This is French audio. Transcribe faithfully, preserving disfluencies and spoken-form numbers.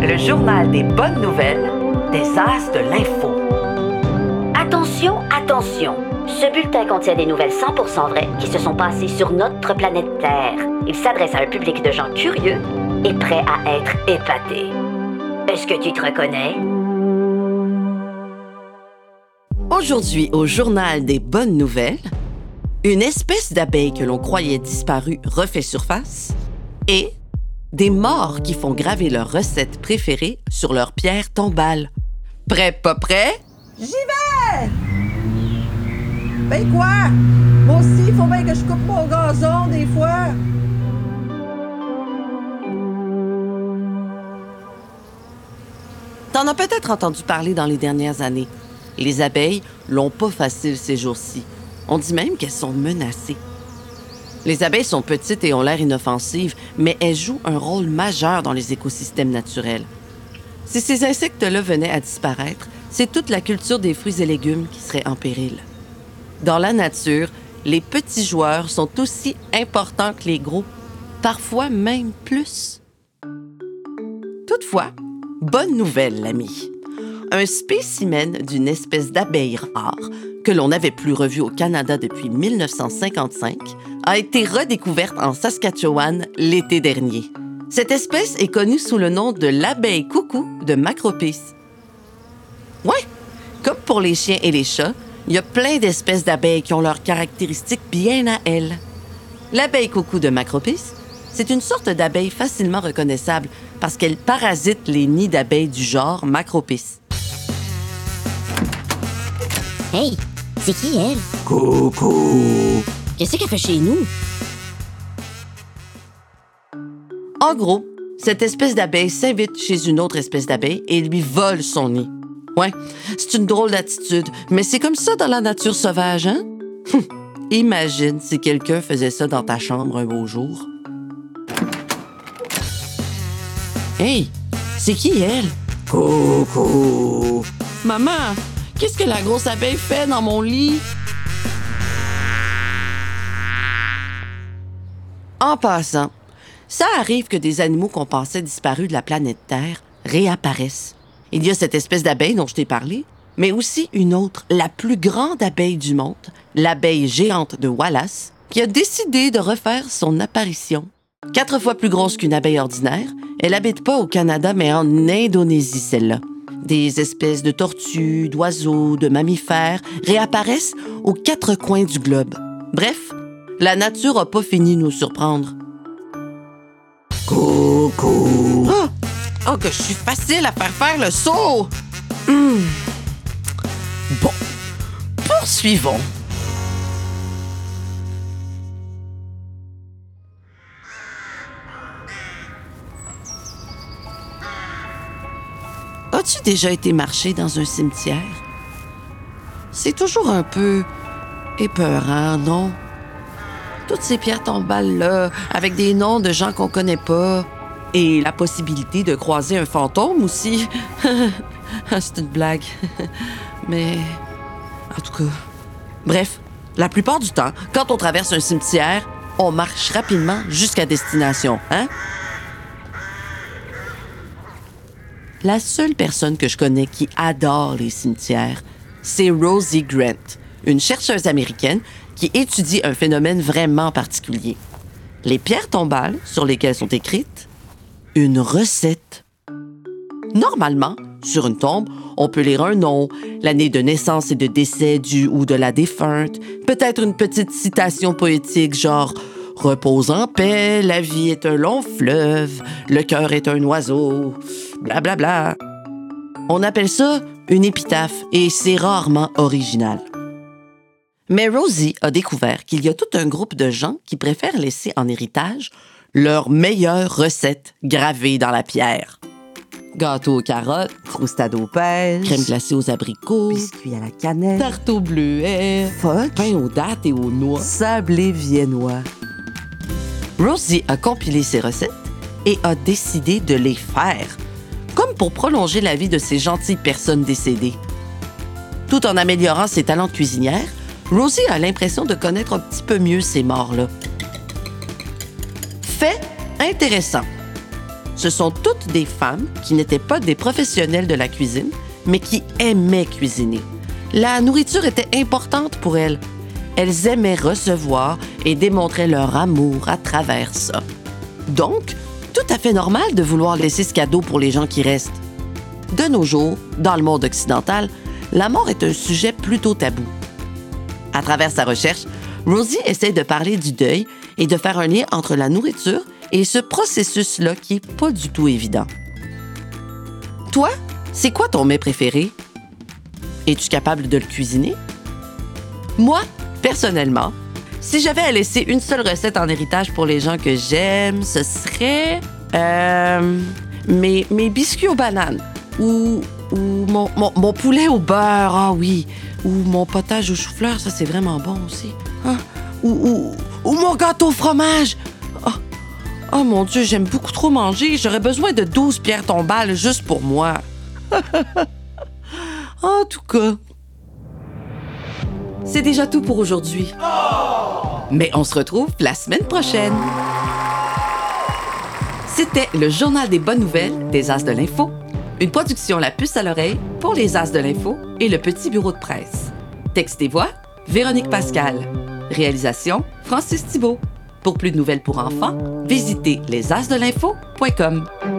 le journal des bonnes nouvelles, des As de l'info. Attention, attention! Ce bulletin contient des nouvelles cent pour cent vraies qui se sont passées sur notre planète Terre. Il s'adresse à un public de gens curieux et prêts à être épatés. Est-ce que tu te reconnais? Aujourd'hui, au journal des bonnes nouvelles, une espèce d'abeille que l'on croyait disparue refait surface et des morts qui font graver leurs recettes préférées sur leurs pierres tombales. Prêt, pas prêt? J'y vais! Ben quoi? Moi aussi, il faut bien que je coupe mon gazon des fois. T'en as peut-être entendu parler dans les dernières années. Les abeilles l'ont pas facile ces jours-ci. On dit même qu'elles sont menacées. Les abeilles sont petites et ont l'air inoffensives, mais elles jouent un rôle majeur dans les écosystèmes naturels. Si ces insectes-là venaient à disparaître, c'est toute la culture des fruits et légumes qui serait en péril. Dans la nature, les petits joueurs sont aussi importants que les gros, parfois même plus. Toutefois, bonne nouvelle, l'ami. Un spécimen d'une espèce d'abeille rare, que l'on n'avait plus revu au Canada depuis mille neuf cent cinquante-cinq, a été redécouverte en Saskatchewan l'été dernier. Cette espèce est connue sous le nom de l'abeille coucou de Macropis. Ouais, comme pour les chiens et les chats, il y a plein d'espèces d'abeilles qui ont leurs caractéristiques bien à elles. L'abeille coucou de Macropis, c'est une sorte d'abeille facilement reconnaissable parce qu'elle parasite les nids d'abeilles du genre Macropis. Hey, c'est qui elle? Coucou! Qu'est-ce qu'elle fait chez nous? En gros, cette espèce d'abeille s'invite chez une autre espèce d'abeille et lui vole son nid. Ouais, c'est une drôle d'attitude, mais c'est comme ça dans la nature sauvage, hein? Imagine si quelqu'un faisait ça dans ta chambre un beau jour. Hey, c'est qui elle? Coucou! Maman, qu'est-ce que la grosse abeille fait dans mon lit? En passant, ça arrive que des animaux qu'on pensait disparus de la planète Terre réapparaissent. Il y a cette espèce d'abeille dont je t'ai parlé, mais aussi une autre, la plus grande abeille du monde, l'abeille géante de Wallace, qui a décidé de refaire son apparition. Quatre fois plus grosse qu'une abeille ordinaire, elle habite pas au Canada, mais en Indonésie, celle-là. Des espèces de tortues, d'oiseaux, de mammifères réapparaissent aux quatre coins du globe. Bref, la nature a pas fini de nous surprendre. Coucou! Oh! Oh, que je suis facile à faire faire le saut! Hum. Bon, poursuivons. As-tu déjà été marcher dans un cimetière? C'est toujours un peu épeurant, non? Toutes ces pierres tombales-là, avec des noms de gens qu'on connaît pas, et la possibilité de croiser un fantôme aussi. C'est une blague. Mais, en tout cas... Bref, la plupart du temps, quand on traverse un cimetière, on marche rapidement jusqu'à destination, hein? La seule personne que je connais qui adore les cimetières, c'est Rosie Grant, une chercheuse américaine qui étudie un phénomène vraiment particulier. Les pierres tombales sur lesquelles sont écrites une recette. Normalement, sur une tombe, on peut lire un nom, l'année de naissance et de décès du ou de la défunte, peut-être une petite citation poétique genre « Repose en paix, la vie est un long fleuve, le cœur est un oiseau, blablabla. » On appelle ça une épitaphe et c'est rarement original. Mais Rosie a découvert qu'il y a tout un groupe de gens qui préfèrent laisser en héritage leurs meilleures recettes gravées dans la pierre. Gâteau aux carottes, croustade aux pêches, crème glacée aux abricots, Biscuit à la cannelle, tarte aux bleuets, fudge, pain aux dattes et aux noix. sablé viennois. Rosie a compilé ces recettes et a décidé de les faire, comme pour prolonger la vie de ces gentilles personnes décédées. Tout en améliorant ses talents de cuisinière, Rosie a l'impression de connaître un petit peu mieux ces morts-là. Fait intéressant. Ce sont toutes des femmes qui n'étaient pas des professionnels de la cuisine, mais qui aimaient cuisiner. La nourriture était importante pour elles. Elles aimaient recevoir et démontrer leur amour à travers ça. Donc, tout à fait normal de vouloir laisser ce cadeau pour les gens qui restent. De nos jours, dans le monde occidental, la mort est un sujet plutôt tabou. À travers sa recherche, Rosie essaie de parler du deuil et de faire un lien entre la nourriture et ce processus-là qui n'est pas du tout évident. Toi, c'est quoi ton mets préféré? Es-tu capable de le cuisiner? Moi, personnellement, si j'avais à laisser une seule recette en héritage pour les gens que j'aime, ce serait euh, mes, mes biscuits aux bananes ou, ou mon, mon, mon poulet au beurre, ah oui, ou mon potage au chou-fleur, ça c'est vraiment bon aussi. Ah, ou, ou, ou mon gâteau au fromage. Oh, oh mon Dieu, j'aime beaucoup trop manger. J'aurais besoin de douze pierres tombales juste pour moi. En tout cas, c'est déjà tout pour aujourd'hui. Mais on se retrouve la semaine prochaine. C'était le Journal des bonnes nouvelles des As de l'Info, une production La Puce à l'oreille pour les As de l'Info et le Petit Bureau de presse. Texte et voix, Véronique Pascal. Réalisation, Francis Thibault. Pour plus de nouvelles pour enfants, visitez les as de l'info point com.